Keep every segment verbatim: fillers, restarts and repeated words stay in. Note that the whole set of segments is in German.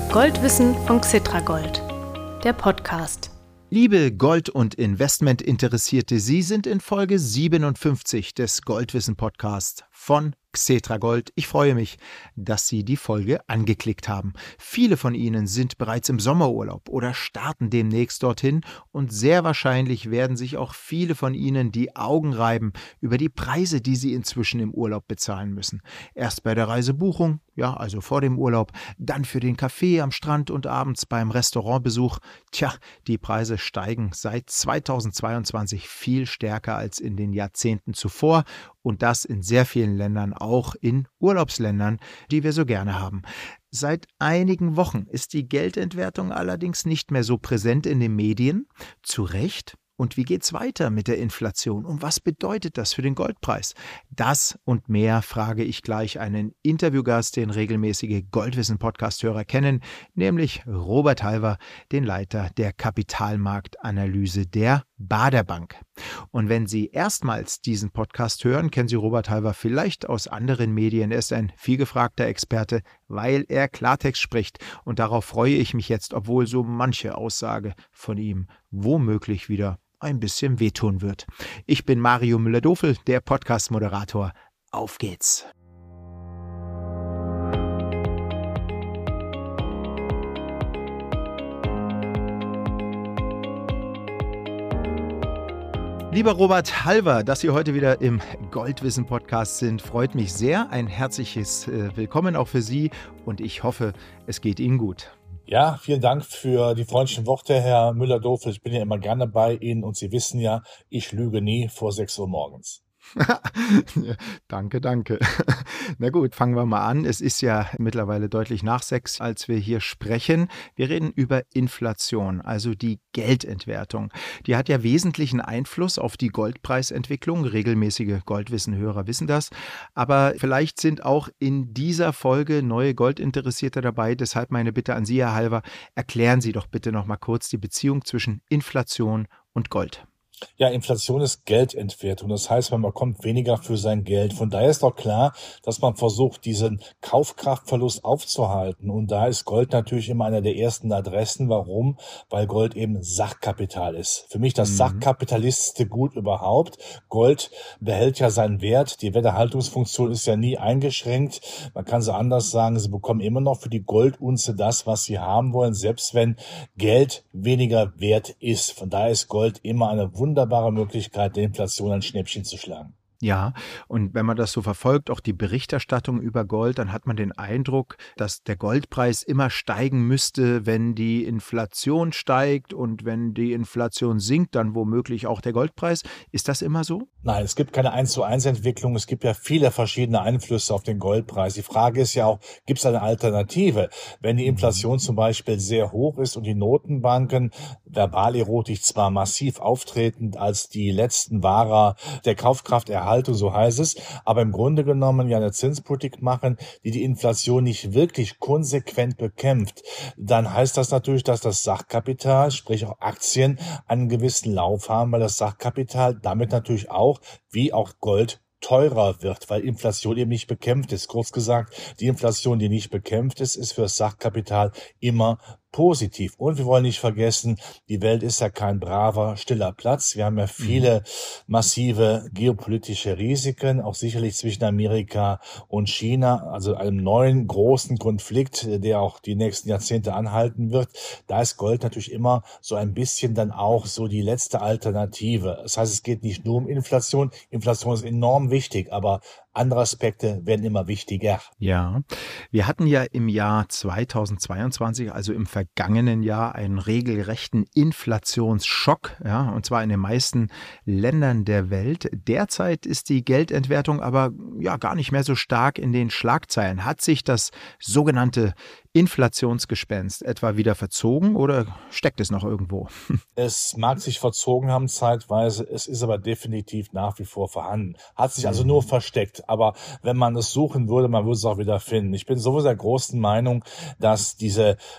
Goldwissen von Xetragold, der Podcast. Liebe Gold- und Investment-Interessierte, Sie sind in Folge siebenundfünfzig des Goldwissen-Podcasts von Xetragold. Ich freue mich, dass Sie die Folge angeklickt haben. Viele von Ihnen sind bereits im Sommerurlaub oder starten demnächst dorthin und sehr wahrscheinlich werden sich auch viele von Ihnen die Augen reiben über die Preise, die Sie inzwischen im Urlaub bezahlen müssen. Erst bei der Reisebuchung, ja, also vor dem Urlaub, dann für den Kaffee am Strand und abends beim Restaurantbesuch. Tja, die Preise steigen seit zweitausendzweiundzwanzig viel stärker als in den Jahrzehnten zuvor und das in sehr vielen Ländern, auch in Urlaubsländern, die wir so gerne haben. Seit einigen Wochen ist die Geldentwertung allerdings nicht mehr so präsent in den Medien. Zu Recht. Und wie geht's weiter mit der Inflation? Und was bedeutet das für den Goldpreis? Das und mehr frage ich gleich einen Interviewgast, den regelmäßige Goldwissen-Podcast-Hörer kennen, nämlich Robert Halver, den Leiter der Kapitalmarktanalyse der Baader Bank. Und wenn Sie erstmals diesen Podcast hören, kennen Sie Robert Halver vielleicht aus anderen Medien. Er ist ein vielgefragter Experte, weil er Klartext spricht. Und darauf freue ich mich jetzt, obwohl so manche Aussage von ihm womöglich wieder ein bisschen wehtun wird. Ich bin Mario Müller-Dofel, der Podcast-Moderator. Auf geht's! Lieber Robert Halver, dass Sie heute wieder im Goldwissen-Podcast sind, freut mich sehr. Ein herzliches äh, Willkommen auch für Sie und ich hoffe, es geht Ihnen gut. Ja, vielen Dank für die freundlichen Worte, Herr Müller-Dofel. Ich bin ja immer gerne bei Ihnen und Sie wissen ja, ich lüge nie vor sechs Uhr morgens. Danke, danke. Na gut, fangen wir mal an. Es ist ja mittlerweile deutlich nach sechs, als wir hier sprechen. Wir reden über Inflation, also die Geldentwertung. Die hat ja wesentlichen Einfluss auf die Goldpreisentwicklung. Regelmäßige Goldwissen-Hörer wissen das. Aber vielleicht sind auch in dieser Folge neue Goldinteressierte dabei. Deshalb meine Bitte an Sie, Herr Halver, erklären Sie doch bitte noch mal kurz die Beziehung zwischen Inflation und Gold. Ja, Inflation ist Geldentwertung. Das heißt, man bekommt weniger für sein Geld. Von daher ist doch klar, dass man versucht, diesen Kaufkraftverlust aufzuhalten. Und da ist Gold natürlich immer einer der ersten Adressen. Warum? Weil Gold eben Sachkapital ist. Für mich das mhm. sachkapitalistischste Gut überhaupt. Gold behält ja seinen Wert. Die Werterhaltungsfunktion ist ja nie eingeschränkt. Man kann so anders sagen, sie bekommen immer noch für die Goldunze das, was sie haben wollen, selbst wenn Geld weniger wert ist. Von daher ist Gold immer eine wunderbare wunderbare Möglichkeit, der Inflation ein Schnäppchen zu schlagen. Ja, und wenn man das so verfolgt, auch die Berichterstattung über Gold, dann hat man den Eindruck, dass der Goldpreis immer steigen müsste, wenn die Inflation steigt und wenn die Inflation sinkt, dann womöglich auch der Goldpreis. Ist das immer so? Nein, es gibt keine eins zu eins Entwicklung. Es gibt ja viele verschiedene Einflüsse auf den Goldpreis. Die Frage ist ja auch, gibt es eine Alternative? Wenn die Inflation zum Beispiel sehr hoch ist und die Notenbanken verbalerotisch zwar massiv auftretend als die letzten Wahrer der Kaufkraft erhalten, so heißt es, aber im Grunde genommen ja eine Zinspolitik machen, die die Inflation nicht wirklich konsequent bekämpft, dann heißt das natürlich, dass das Sachkapital, sprich auch Aktien, einen gewissen Lauf haben, weil das Sachkapital damit natürlich auch, wie auch Gold, teurer wird, weil Inflation eben nicht bekämpft ist. Kurz gesagt, die Inflation, die nicht bekämpft ist, ist für das Sachkapital immer positiv. Und wir wollen nicht vergessen, die Welt ist ja kein braver, stiller Platz. Wir haben ja viele massive geopolitische Risiken, auch sicherlich zwischen Amerika und China, also einem neuen großen Konflikt, der auch die nächsten Jahrzehnte anhalten wird. Da ist Gold natürlich immer so ein bisschen dann auch so die letzte Alternative. Das heißt, es geht nicht nur um Inflation. Inflation ist enorm wichtig, aber andere Aspekte werden immer wichtiger. Ja, wir hatten ja im Jahr zweitausendzweiundzwanzig, also im vergangenen Jahr, einen regelrechten Inflationsschock, ja, und zwar in den meisten Ländern der Welt. Derzeit ist die Geldentwertung aber ja gar nicht mehr so stark in den Schlagzeilen. Hat sich das sogenannte Inflationsgespenst etwa wieder verzogen oder steckt es noch irgendwo? Es mag sich verzogen haben zeitweise, es ist aber definitiv nach wie vor vorhanden. Hat sich also nur versteckt, aber wenn man es suchen würde, man würde es auch wieder finden. Ich bin sowieso der großen Meinung, dass diese fast vierzig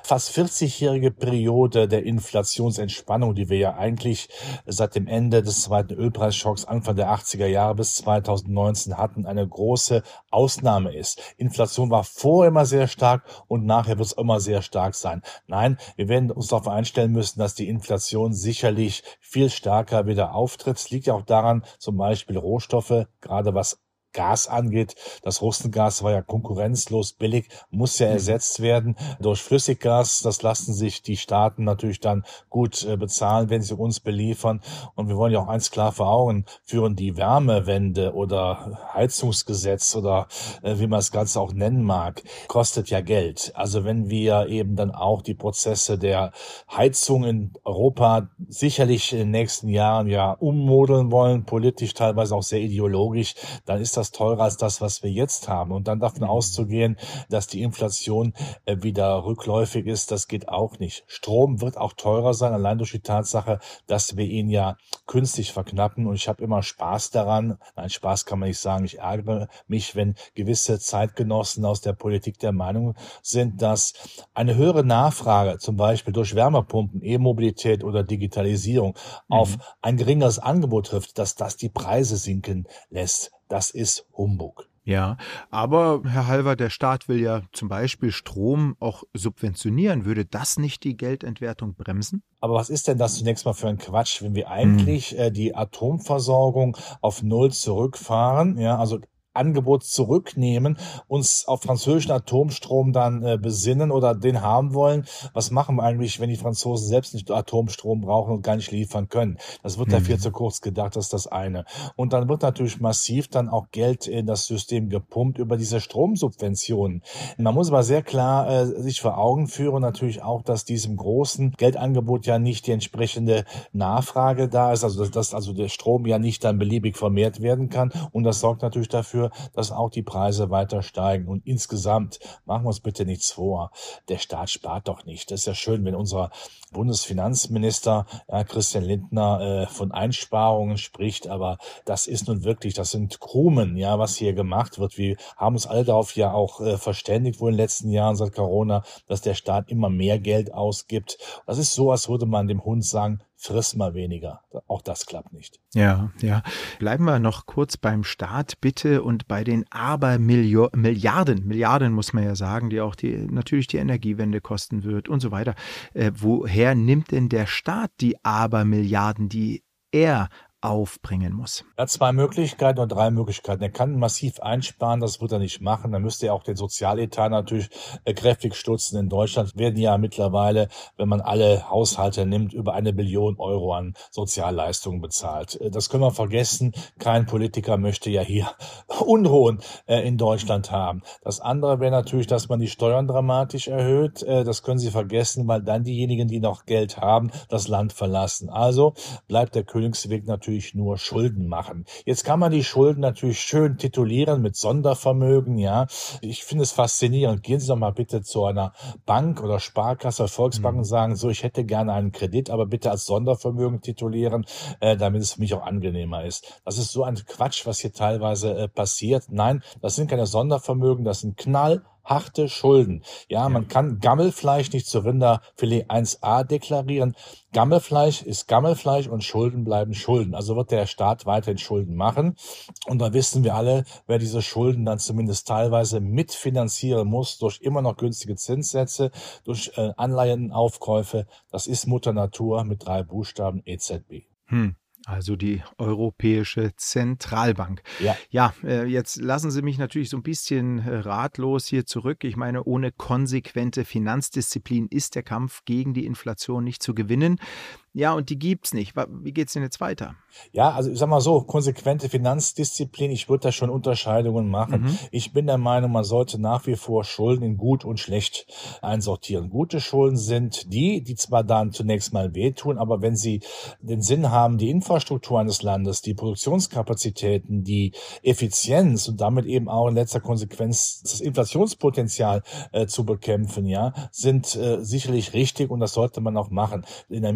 vierzigjährige Periode der Inflationsentspannung, die wir ja eigentlich seit dem Ende des zweiten Ölpreisschocks Anfang der achtziger Jahre bis zweitausendneunzehn hatten, eine große Ausnahme ist. Inflation war vorher immer sehr stark und nachher wird es immer sehr stark sein. Nein, wir werden uns darauf einstellen müssen, dass die Inflation sicherlich viel stärker wieder auftritt. Es liegt ja auch daran, zum Beispiel Rohstoffe, gerade was Gas angeht. Das Russengas war ja konkurrenzlos billig, muss ja ersetzt werden durch Flüssiggas. Das lassen sich die Staaten natürlich dann gut äh, bezahlen, wenn sie uns beliefern. Und wir wollen ja auch eins klar vor Augen führen, die Wärmewende oder Heizungsgesetz oder äh, wie man das Ganze auch nennen mag, kostet ja Geld. Also wenn wir eben dann auch die Prozesse der Heizung in Europa sicherlich in den nächsten Jahren ja ummodeln wollen, politisch teilweise auch sehr ideologisch, dann ist das das teurer als das, was wir jetzt haben. Und dann davon auszugehen, dass die Inflation äh, wieder rückläufig ist, das geht auch nicht. Strom wird auch teurer sein, allein durch die Tatsache, dass wir ihn ja künstlich verknappen. Und ich habe immer Spaß daran. Nein, Spaß kann man nicht sagen. Ich ärgere mich, wenn gewisse Zeitgenossen aus der Politik der Meinung sind, dass eine höhere Nachfrage, zum Beispiel durch Wärmepumpen, E-Mobilität oder Digitalisierung, mhm. auf ein geringeres Angebot trifft, dass das die Preise sinken lässt. Das ist Humbug. Ja, aber Herr Halver, der Staat will ja zum Beispiel Strom auch subventionieren. Würde das nicht die Geldentwertung bremsen? Aber was ist denn das zunächst mal für ein Quatsch, wenn wir eigentlich äh, die Atomversorgung auf Null zurückfahren? Ja, also Angebot zurücknehmen, uns auf französischen Atomstrom dann äh, besinnen oder den haben wollen. Was machen wir eigentlich, wenn die Franzosen selbst nicht Atomstrom brauchen und gar nicht liefern können? Das wird mhm. da viel zu kurz gedacht, das ist das eine. Und dann wird natürlich massiv dann auch Geld in das System gepumpt über diese Stromsubventionen. Man muss aber sehr klar äh, sich vor Augen führen, natürlich auch, dass diesem großen Geldangebot ja nicht die entsprechende Nachfrage da ist, also dass, dass also der Strom ja nicht dann beliebig vermehrt werden kann. Und das sorgt natürlich dafür, dass auch die Preise weiter steigen. Und insgesamt, machen wir uns bitte nichts vor, der Staat spart doch nicht. Das ist ja schön, wenn unser Bundesfinanzminister ja, Christian Lindner äh, von Einsparungen spricht, aber das ist nun wirklich, das sind Krumen, ja, was hier gemacht wird. Wir haben uns alle darauf ja auch äh, verständigt, wohl in den letzten Jahren seit Corona, dass der Staat immer mehr Geld ausgibt. Das ist so, als würde man dem Hund sagen, friss mal weniger. Auch das klappt nicht. Ja, ja. Bleiben wir noch kurz beim Staat, bitte, und bei den Abermilliarden, Milliarden muss man ja sagen, die auch die natürlich die Energiewende kosten wird und so weiter. Äh, woher nimmt denn der Staat die Abermilliarden, die er aufbringen muss? Er hat zwei Möglichkeiten oder drei Möglichkeiten. Er kann massiv einsparen, das wird er nicht machen. Dann müsste er auch den Sozialetat natürlich äh, kräftig stutzen. In Deutschland werden ja mittlerweile, wenn man alle Haushalte nimmt, über eine Billion Euro an Sozialleistungen bezahlt. Äh, das können wir vergessen. Kein Politiker möchte ja hier Unruhen äh, in Deutschland haben. Das andere wäre natürlich, dass man die Steuern dramatisch erhöht. Äh, das können Sie vergessen, weil dann diejenigen, die noch Geld haben, das Land verlassen. Also bleibt der Königsweg natürlich nur Schulden machen. Jetzt kann man die Schulden natürlich schön titulieren mit Sondervermögen, ja. Ich finde es faszinierend. Gehen Sie doch mal bitte zu einer Bank oder Sparkasse, Volksbank und sagen, so, ich hätte gerne einen Kredit, aber bitte als Sondervermögen titulieren, äh, damit es für mich auch angenehmer ist. Das ist so ein Quatsch, was hier teilweise äh, passiert. Nein, das sind keine Sondervermögen, das sind Knall harte Schulden. Ja, man kann Gammelfleisch nicht zu Rinderfilet eins a deklarieren. Gammelfleisch ist Gammelfleisch und Schulden bleiben Schulden. Also wird der Staat weiterhin Schulden machen. Und da wissen wir alle, wer diese Schulden dann zumindest teilweise mitfinanzieren muss durch immer noch günstige Zinssätze, durch äh, Anleihenaufkäufe. Das ist Mutter Natur mit drei Buchstaben E Z B. Hm. Also die Europäische Zentralbank. Ja, ja äh, jetzt lassen Sie mich natürlich so ein bisschen äh, ratlos hier zurück. Ich meine, ohne konsequente Finanzdisziplin ist der Kampf gegen die Inflation nicht zu gewinnen. Ja, und die gibt's nicht. Wie geht's denn jetzt weiter? Ja, also ich sag mal so, konsequente Finanzdisziplin, ich würde da schon Unterscheidungen machen. Mhm. Ich bin der Meinung, man sollte nach wie vor Schulden in gut und schlecht einsortieren. Gute Schulden sind die, die zwar dann zunächst mal wehtun, aber wenn sie den Sinn haben, die Infrastruktur eines Landes, die Produktionskapazitäten, die Effizienz und damit eben auch in letzter Konsequenz das Inflationspotenzial äh, zu bekämpfen, ja, sind äh, sicherlich richtig und das sollte man auch machen. In Amerika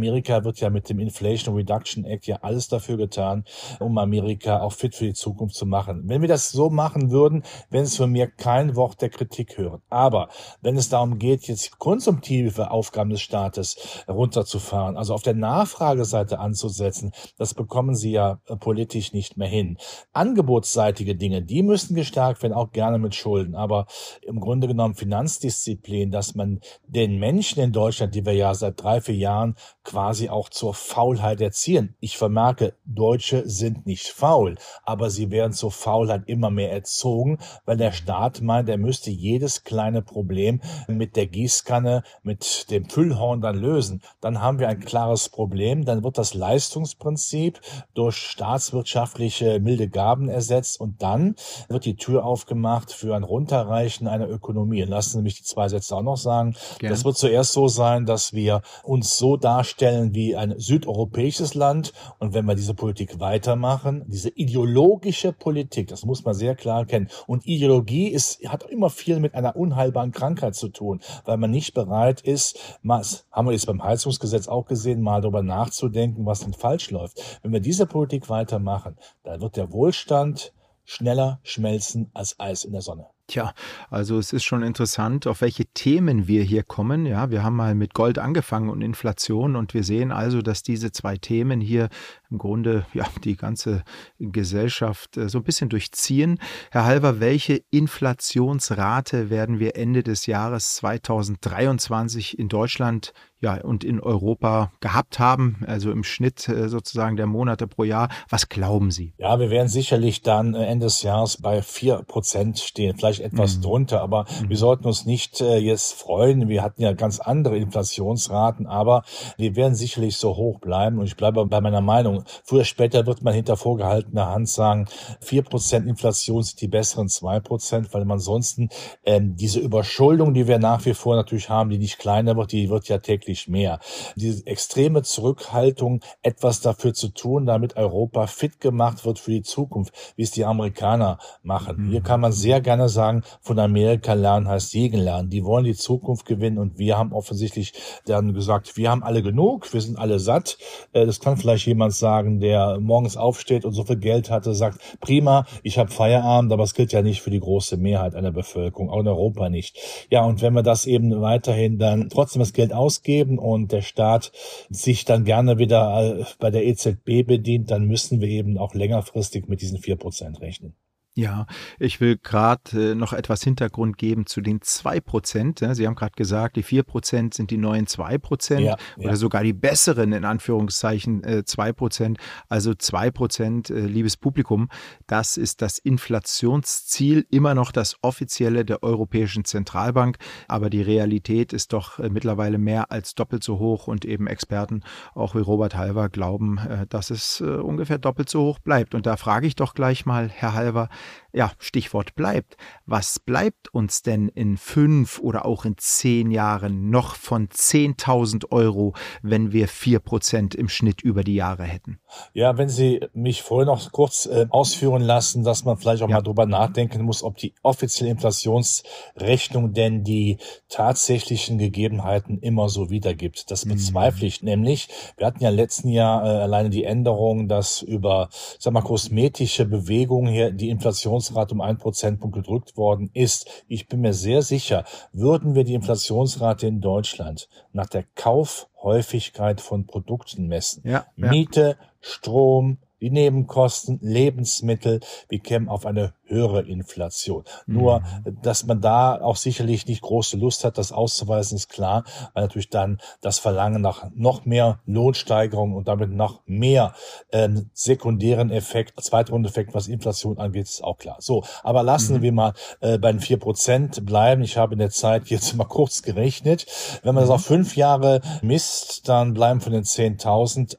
da wird ja mit dem Inflation Reduction Act ja alles dafür getan, um Amerika auch fit für die Zukunft zu machen. Wenn wir das so machen würden, wenn es von mir kein Wort der Kritik hören. Aber wenn es darum geht, jetzt konsumtive Aufgaben des Staates runterzufahren, also auf der Nachfrageseite anzusetzen, das bekommen sie ja politisch nicht mehr hin. Angebotsseitige Dinge, die müssen gestärkt werden, auch gerne mit Schulden. Aber im Grunde genommen Finanzdisziplin, dass man den Menschen in Deutschland, die wir ja seit drei, vier Jahren quasi auch zur Faulheit erziehen. Ich vermerke, Deutsche sind nicht faul, aber sie werden zur Faulheit immer mehr erzogen, weil der Staat meint, er müsste jedes kleine Problem mit der Gießkanne, mit dem Füllhorn dann lösen. Dann haben wir ein klares Problem, dann wird das Leistungsprinzip durch staatswirtschaftliche milde Gaben ersetzt und dann wird die Tür aufgemacht für ein Runterreichen einer Ökonomie. Und lassen Sie mich die zwei Sätze auch noch sagen. Gerne. Das wird zuerst so sein, dass wir uns so darstellen wie ein südeuropäisches Land und wenn wir diese Politik weitermachen, diese ideologische Politik, das muss man sehr klar erkennen. Und Ideologie ist, hat immer viel mit einer unheilbaren Krankheit zu tun, weil man nicht bereit ist, mal, das haben wir jetzt beim Heizungsgesetz auch gesehen, mal darüber nachzudenken, was denn falsch läuft. Wenn wir diese Politik weitermachen, dann wird der Wohlstand schneller schmelzen als Eis in der Sonne. Tja, also es ist schon interessant, auf welche Themen wir hier kommen. Ja, wir haben mal mit Gold angefangen und Inflation und wir sehen also, dass diese zwei Themen hier im Grunde ja die ganze Gesellschaft so ein bisschen durchziehen. Herr Halver, welche Inflationsrate werden wir Ende des Jahres zweitausenddreiundzwanzig in Deutschland ja und in Europa gehabt haben? Also im Schnitt sozusagen der Monate pro Jahr. Was glauben Sie? Ja, wir werden sicherlich dann Ende des Jahres bei vier Prozent stehen. Vielleicht etwas mhm. drunter, aber mhm. wir sollten uns nicht äh, jetzt freuen. Wir hatten ja ganz andere Inflationsraten, aber wir werden sicherlich so hoch bleiben und ich bleibe bei meiner Meinung. Früher oder später wird man hinter vorgehaltener Hand sagen, vier Prozent Inflation sind die besseren zwei Prozent, weil man ansonsten ähm, diese Überschuldung, die wir nach wie vor natürlich haben, die nicht kleiner wird, die wird ja täglich mehr. Diese extreme Zurückhaltung, etwas dafür zu tun, damit Europa fit gemacht wird für die Zukunft, wie es die Amerikaner machen. Mhm. Hier kann man sehr gerne sagen, von Amerika lernen heißt Segen lernen. Die wollen die Zukunft gewinnen und wir haben offensichtlich dann gesagt, wir haben alle genug, wir sind alle satt. Das kann vielleicht jemand sagen, der morgens aufsteht und so viel Geld hatte, sagt, prima, ich habe Feierabend, aber es gilt ja nicht für die große Mehrheit einer Bevölkerung, auch in Europa nicht. Ja, und wenn wir das eben weiterhin dann trotzdem das Geld ausgeben und der Staat sich dann gerne wieder bei der E Z B bedient, dann müssen wir eben auch längerfristig mit diesen vier Prozent rechnen. Ja, ich will gerade äh, noch etwas Hintergrund geben zu den zwei Prozent. Ja, Sie haben gerade gesagt, die vier Prozent sind die neuen zwei Prozent ja, oder ja. sogar die besseren, in Anführungszeichen, äh, zwei Prozent. Also zwei Prozent, äh, liebes Publikum, das ist das Inflationsziel, immer noch das offizielle der Europäischen Zentralbank. Aber die Realität ist doch äh, mittlerweile mehr als doppelt so hoch und eben Experten, auch wie Robert Halver, glauben, äh, dass es äh, ungefähr doppelt so hoch bleibt. Und da frage ich doch gleich mal, Herr Halver, ja, Stichwort bleibt. Was bleibt uns denn in fünf oder auch in zehn Jahren noch von zehntausend Euro, wenn wir vier Prozent im Schnitt über die Jahre hätten? Ja, wenn Sie mich vorher noch kurz äh, ausführen lassen, dass man vielleicht auch ja. mal drüber nachdenken muss, ob die offizielle Inflationsrechnung denn die tatsächlichen Gegebenheiten immer so wiedergibt. Das bezweifle mhm. ich nämlich. Wir hatten ja im letzten Jahr äh, alleine die Änderung, dass über, sag mal, kosmetische Bewegungen hier die Inflationsrate um ein Prozentpunkt gedrückt worden ist. Ich bin mir sehr sicher, würden wir die Inflationsrate in Deutschland nach der Kaufhäufigkeit von Produkten messen, ja, ja. Miete, Strom, die Nebenkosten, Lebensmittel, wir kämen auf eine höhere Inflation. Mhm. Nur, dass man da auch sicherlich nicht große Lust hat, das auszuweisen, ist klar, weil natürlich dann das Verlangen nach noch mehr Lohnsteigerung und damit noch mehr ähm, sekundären Effekt, Zweitrundeffekt, was Inflation angeht, ist auch klar. So, aber lassen mhm. wir mal äh, bei den vier Prozent bleiben. Ich habe in der Zeit jetzt mal kurz gerechnet. Wenn man mhm. das auf fünf Jahre misst, dann bleiben von den zehntausend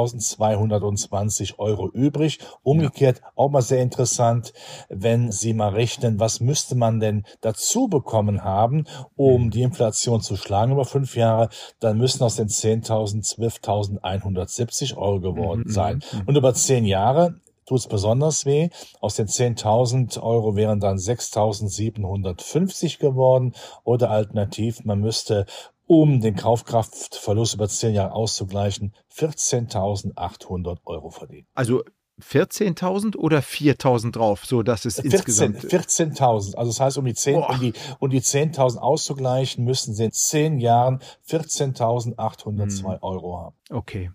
achttausendzweihundertzwanzig Euro übrig. Umgekehrt ja. auch mal sehr interessant, wenn Sie mal rechnen, was müsste man denn dazu bekommen haben, um die Inflation zu schlagen über fünf Jahre, dann müssen aus den zehntausend zwölftausendeinhundertsiebzig Euro geworden sein. Und über zehn Jahre tut es besonders weh. Aus den zehntausend Euro wären dann sechstausendsiebenhundertfünfzig geworden oder alternativ, man müsste um den Kaufkraftverlust über zehn Jahre auszugleichen, vierzehntausendachthundert Euro verdienen. Also vierzehntausend oder viertausend drauf, so dass es vierzehn, insgesamt vierzehntausend. Also das heißt, um die zehn, um die, um die zehntausend auszugleichen, müssen Sie in zehn Jahren vierzehntausendachthundertzwei hm. Euro haben. Okay.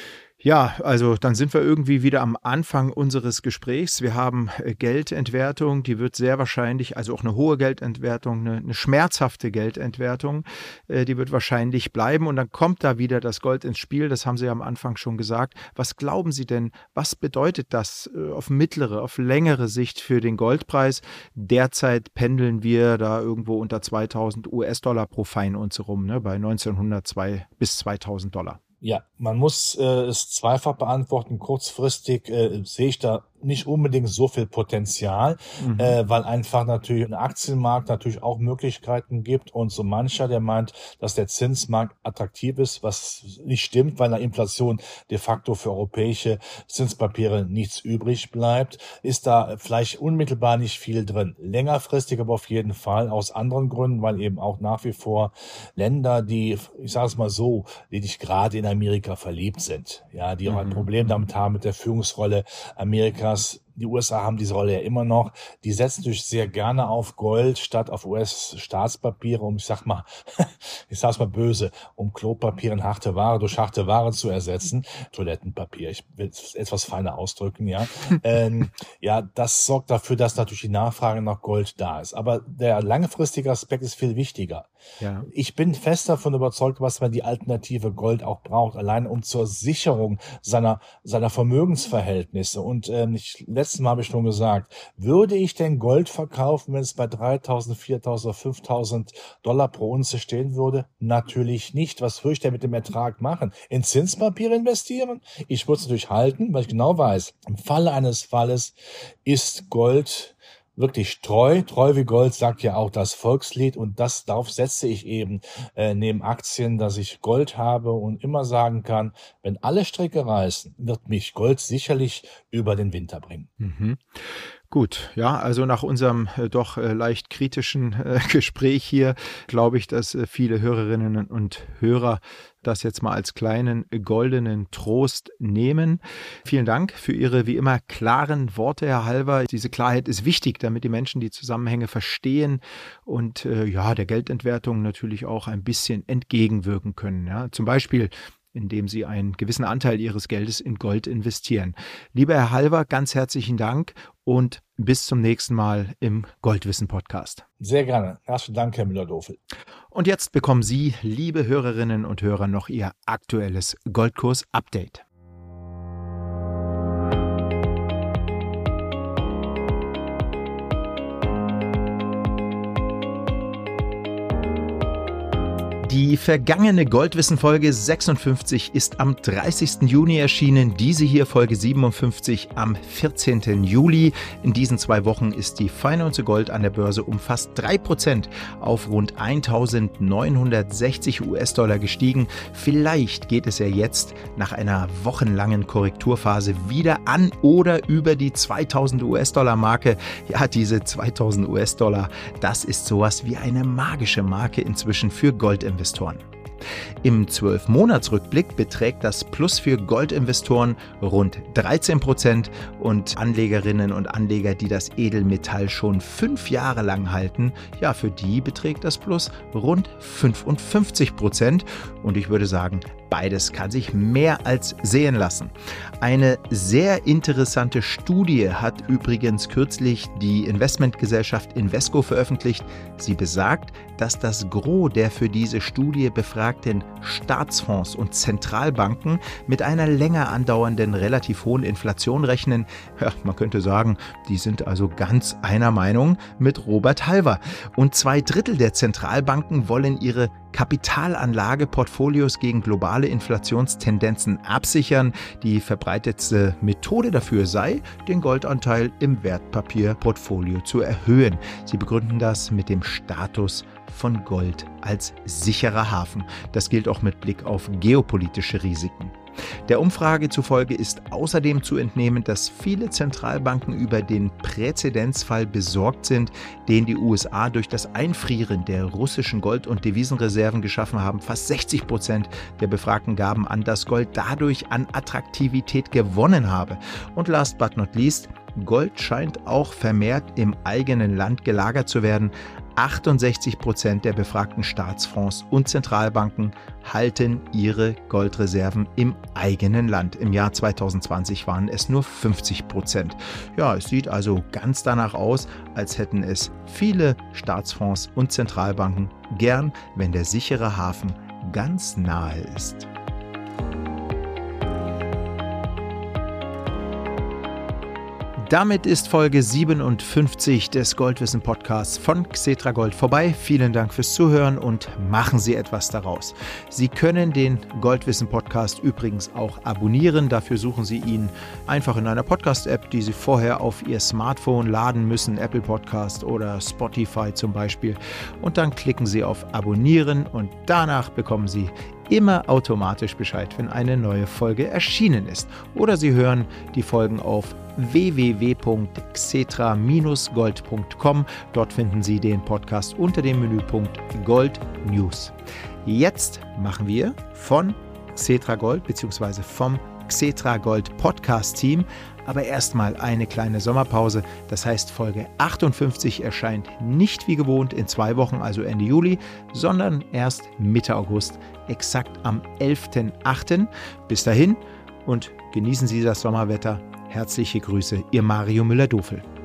Ja, also dann sind wir irgendwie wieder am Anfang unseres Gesprächs. Wir haben Geldentwertung, die wird sehr wahrscheinlich, also auch eine hohe Geldentwertung, eine, eine schmerzhafte Geldentwertung, äh, die wird wahrscheinlich bleiben. Und dann kommt da wieder das Gold ins Spiel, das haben Sie ja am Anfang schon gesagt. Was glauben Sie denn, was bedeutet das äh, auf mittlere, auf längere Sicht für den Goldpreis? Derzeit pendeln wir da irgendwo unter zweitausend US-Dollar pro Feinunze rum, ne, bei neunzehnhundertzwei bis zweitausend Dollar. Ja, man muss äh, es zweifach beantworten. Kurzfristig äh, sehe ich da nicht unbedingt so viel Potenzial, mhm. äh, weil einfach natürlich ein Aktienmarkt natürlich auch Möglichkeiten gibt und so mancher, der meint, dass der Zinsmarkt attraktiv ist, was nicht stimmt, weil nach Inflation de facto für europäische Zinspapiere nichts übrig bleibt, ist da vielleicht unmittelbar nicht viel drin. Längerfristig aber auf jeden Fall, aus anderen Gründen, weil eben auch nach wie vor Länder, die, ich sage es mal so, die nicht gerade in Amerika verliebt sind, ja, die auch ein Problem damit haben mit der Führungsrolle Amerikas. Die U S A haben diese Rolle ja immer noch. Die setzen natürlich sehr gerne auf Gold statt auf U S-Staatspapiere, um, ich sag mal, ich sag's mal böse, um Klopapier in harte Ware durch harte Ware zu ersetzen. Toilettenpapier, ich will es etwas feiner ausdrücken, ja. ähm, ja, das sorgt dafür, dass natürlich die Nachfrage nach Gold da ist. Aber der langfristige Aspekt ist viel wichtiger. Ja. Ich bin fest davon überzeugt, was man die Alternative Gold auch braucht, allein um zur Sicherung seiner seiner Vermögensverhältnisse. Und ähm, ich, letztes Mal habe ich schon gesagt, würde ich denn Gold verkaufen, wenn es bei dreitausend, viertausend oder fünftausend Dollar pro Unze stehen würde? Natürlich nicht. Was würde ich denn mit dem Ertrag machen? In Zinspapiere investieren? Ich würde es natürlich halten, weil ich genau weiß, im Falle eines Falles ist Gold wirklich treu, treu wie Gold, sagt ja auch das Volkslied, und das darauf setze ich eben äh, neben Aktien, dass ich Gold habe und immer sagen kann, wenn alle Stricke reißen, wird mich Gold sicherlich über den Winter bringen. Mhm. Gut, ja, also nach unserem äh, doch äh, leicht kritischen äh, Gespräch hier glaube ich, dass äh, viele Hörerinnen und Hörer das jetzt mal als kleinen äh, goldenen Trost nehmen. Vielen Dank für Ihre wie immer klaren Worte, Herr Halver. Diese Klarheit ist wichtig, damit die Menschen die Zusammenhänge verstehen und äh, ja, der Geldentwertung natürlich auch ein bisschen entgegenwirken können. Ja, zum Beispiel indem Sie einen gewissen Anteil Ihres Geldes in Gold investieren. Lieber Herr Halver, ganz herzlichen Dank und bis zum nächsten Mal im Goldwissen-Podcast. Sehr gerne. Herzlichen Dank, Herr Müller-Dofel. Und jetzt bekommen Sie, liebe Hörerinnen und Hörer, noch Ihr aktuelles Goldkurs-Update. Die vergangene Goldwissen-Folge sechsundfünfzig ist am dreißigsten Juni erschienen, diese hier Folge siebenundfünfzig am vierzehnten Juli. In diesen zwei Wochen ist die Feinunze Gold an der Börse um fast drei Prozent auf rund eintausendneunhundertsechzig US-Dollar gestiegen. Vielleicht geht es ja jetzt nach einer wochenlangen Korrekturphase wieder an oder über die zweitausend US-Dollar-Marke. Ja, diese zweitausend US-Dollar, das ist sowas wie eine magische Marke inzwischen für Goldinvestoren. Im zwölf-Monats-Rückblick beträgt das Plus für Goldinvestoren rund dreizehn Prozent und Anlegerinnen und Anleger, die das Edelmetall schon fünf Jahre lang halten, ja, für die beträgt das Plus rund fünfundfünfzig Prozent. Und ich würde sagen, beides kann sich mehr als sehen lassen. Eine sehr interessante Studie hat übrigens kürzlich die Investmentgesellschaft Invesco veröffentlicht. Sie besagt, dass das Gros der für diese Studie befragten Staatsfonds und Zentralbanken mit einer länger andauernden, relativ hohen Inflation rechnen. Ja, man könnte sagen, die sind also ganz einer Meinung mit Robert Halver. Und zwei Drittel der Zentralbanken wollen ihre Kapitalanlageportfolios gegen globale Inflationstendenzen absichern. Die verbreitetste Methode dafür sei, den Goldanteil im Wertpapierportfolio zu erhöhen. Sie begründen das mit dem Status von Gold als sicherer Hafen. Das gilt auch mit Blick auf geopolitische Risiken. Der Umfrage zufolge ist außerdem zu entnehmen, dass viele Zentralbanken über den Präzedenzfall besorgt sind, den die U S A durch das Einfrieren der russischen Gold- und Devisenreserven geschaffen haben. Fast sechzig Prozent der Befragten gaben an, dass Gold dadurch an Attraktivität gewonnen habe. Und last but not least, Gold scheint auch vermehrt im eigenen Land gelagert zu werden. achtundsechzig Prozent der befragten Staatsfonds und Zentralbanken halten ihre Goldreserven im eigenen Land. Im Jahr zwanzig zwanzig waren es nur fünfzig Prozent. Ja, es sieht also ganz danach aus, als hätten es viele Staatsfonds und Zentralbanken gern, wenn der sichere Hafen ganz nahe ist. Damit ist Folge siebenundfünfzig des Goldwissen Podcasts von Xetra Gold vorbei. Vielen Dank fürs Zuhören und machen Sie etwas daraus. Sie können den Goldwissen Podcast übrigens auch abonnieren. Dafür suchen Sie ihn einfach in einer Podcast-App, die Sie vorher auf Ihr Smartphone laden müssen, Apple Podcast oder Spotify zum Beispiel. Und dann klicken Sie auf Abonnieren und danach bekommen Sie immer automatisch Bescheid, wenn eine neue Folge erschienen ist. Oder Sie hören die Folgen auf w w w punkt xetra Bindestrich gold punkt com. Dort finden Sie den Podcast unter dem Menüpunkt Gold News. Jetzt machen wir von Xetra Gold bzw. vom Xetra Gold Podcast Team aber erstmal eine kleine Sommerpause. Das heißt, Folge achtundfünfzig erscheint nicht wie gewohnt in zwei Wochen, also Ende Juli, sondern erst Mitte August, exakt am elften achten Bis dahin und genießen Sie das Sommerwetter. Herzliche Grüße, Ihr Mario Müller-Dofel.